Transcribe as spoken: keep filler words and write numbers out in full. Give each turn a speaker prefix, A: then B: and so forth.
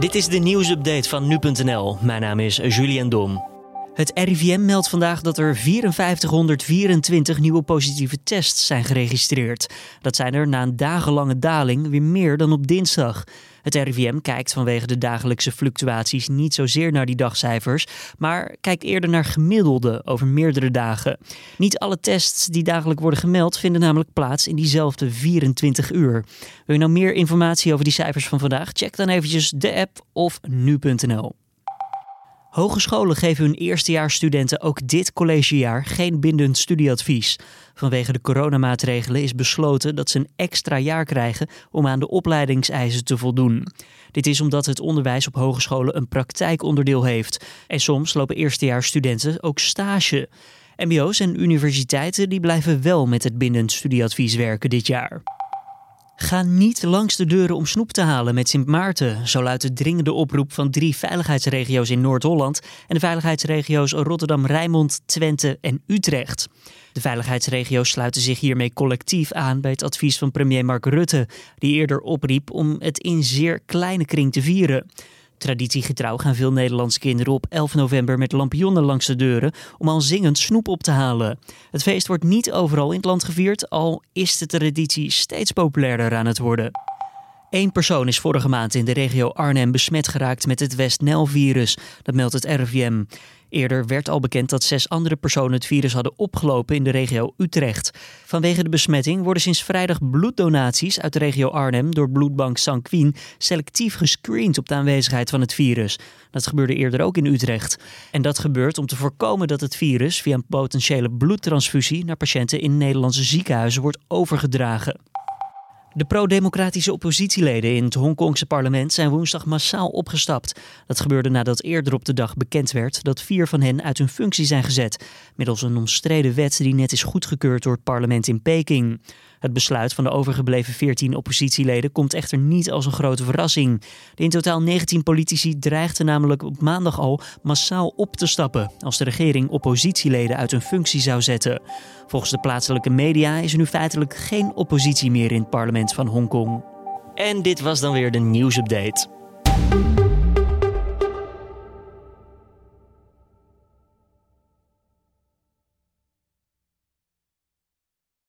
A: Dit is de nieuwsupdate van nu punt n l. Mijn naam is Julian Dom. Het R I V M meldt vandaag dat er vierenvijftighonderdvierentwintig nieuwe positieve tests zijn geregistreerd. Dat zijn er na een dagenlange daling weer meer dan op dinsdag. Het R I V M kijkt vanwege de dagelijkse fluctuaties niet zozeer naar die dagcijfers, maar kijkt eerder naar gemiddelden over meerdere dagen. Niet alle tests die dagelijks worden gemeld vinden namelijk plaats in diezelfde vierentwintig uur. Wil je nou meer informatie over die cijfers van vandaag? Check dan eventjes de app of nu punt n l. Hogescholen geven hun eerstejaarsstudenten ook dit collegejaar geen bindend studieadvies. Vanwege de coronamaatregelen is besloten dat ze een extra jaar krijgen om aan de opleidingseisen te voldoen. Dit is omdat het onderwijs op hogescholen een praktijkonderdeel heeft. En soms lopen eerstejaarsstudenten ook stage. M B O's en universiteiten die blijven wel met het bindend studieadvies werken dit jaar. Ga niet langs de deuren om snoep te halen met Sint Maarten. Zo luidt de dringende oproep van drie veiligheidsregio's in Noord-Holland en de veiligheidsregio's Rotterdam, Rijnmond, Twente en Utrecht. De veiligheidsregio's sluiten zich hiermee collectief aan bij het advies van premier Mark Rutte, die eerder opriep om het in zeer kleine kring te vieren. Traditiegetrouw gaan veel Nederlandse kinderen op elf november met lampionnen langs de deuren om al zingend snoep op te halen. Het feest wordt niet overal in het land gevierd, al is de traditie steeds populairder aan het worden. Eén persoon is vorige maand in de regio Arnhem besmet geraakt met het West-Nijl-virus. Dat meldt het R I V M. Eerder werd al bekend dat zes andere personen het virus hadden opgelopen in de regio Utrecht. Vanwege de besmetting worden sinds vrijdag bloeddonaties uit de regio Arnhem door bloedbank Sanquin selectief gescreend op de aanwezigheid van het virus. Dat gebeurde eerder ook in Utrecht. En dat gebeurt om te voorkomen dat het virus via een potentiële bloedtransfusie naar patiënten in Nederlandse ziekenhuizen wordt overgedragen. De pro-democratische oppositieleden in het Hongkongse parlement zijn woensdag massaal opgestapt. Dat gebeurde nadat eerder op de dag bekend werd dat vier van hen uit hun functie zijn gezet, middels een omstreden wet die net is goedgekeurd door het parlement in Peking. Het besluit van de overgebleven veertien oppositieleden komt echter niet als een grote verrassing. De in totaal negentien politici dreigden namelijk op maandag al massaal op te stappen als de regering oppositieleden uit hun functie zou zetten. Volgens de plaatselijke media is er nu feitelijk geen oppositie meer in het parlement van Hongkong. En dit was dan weer de nieuwsupdate.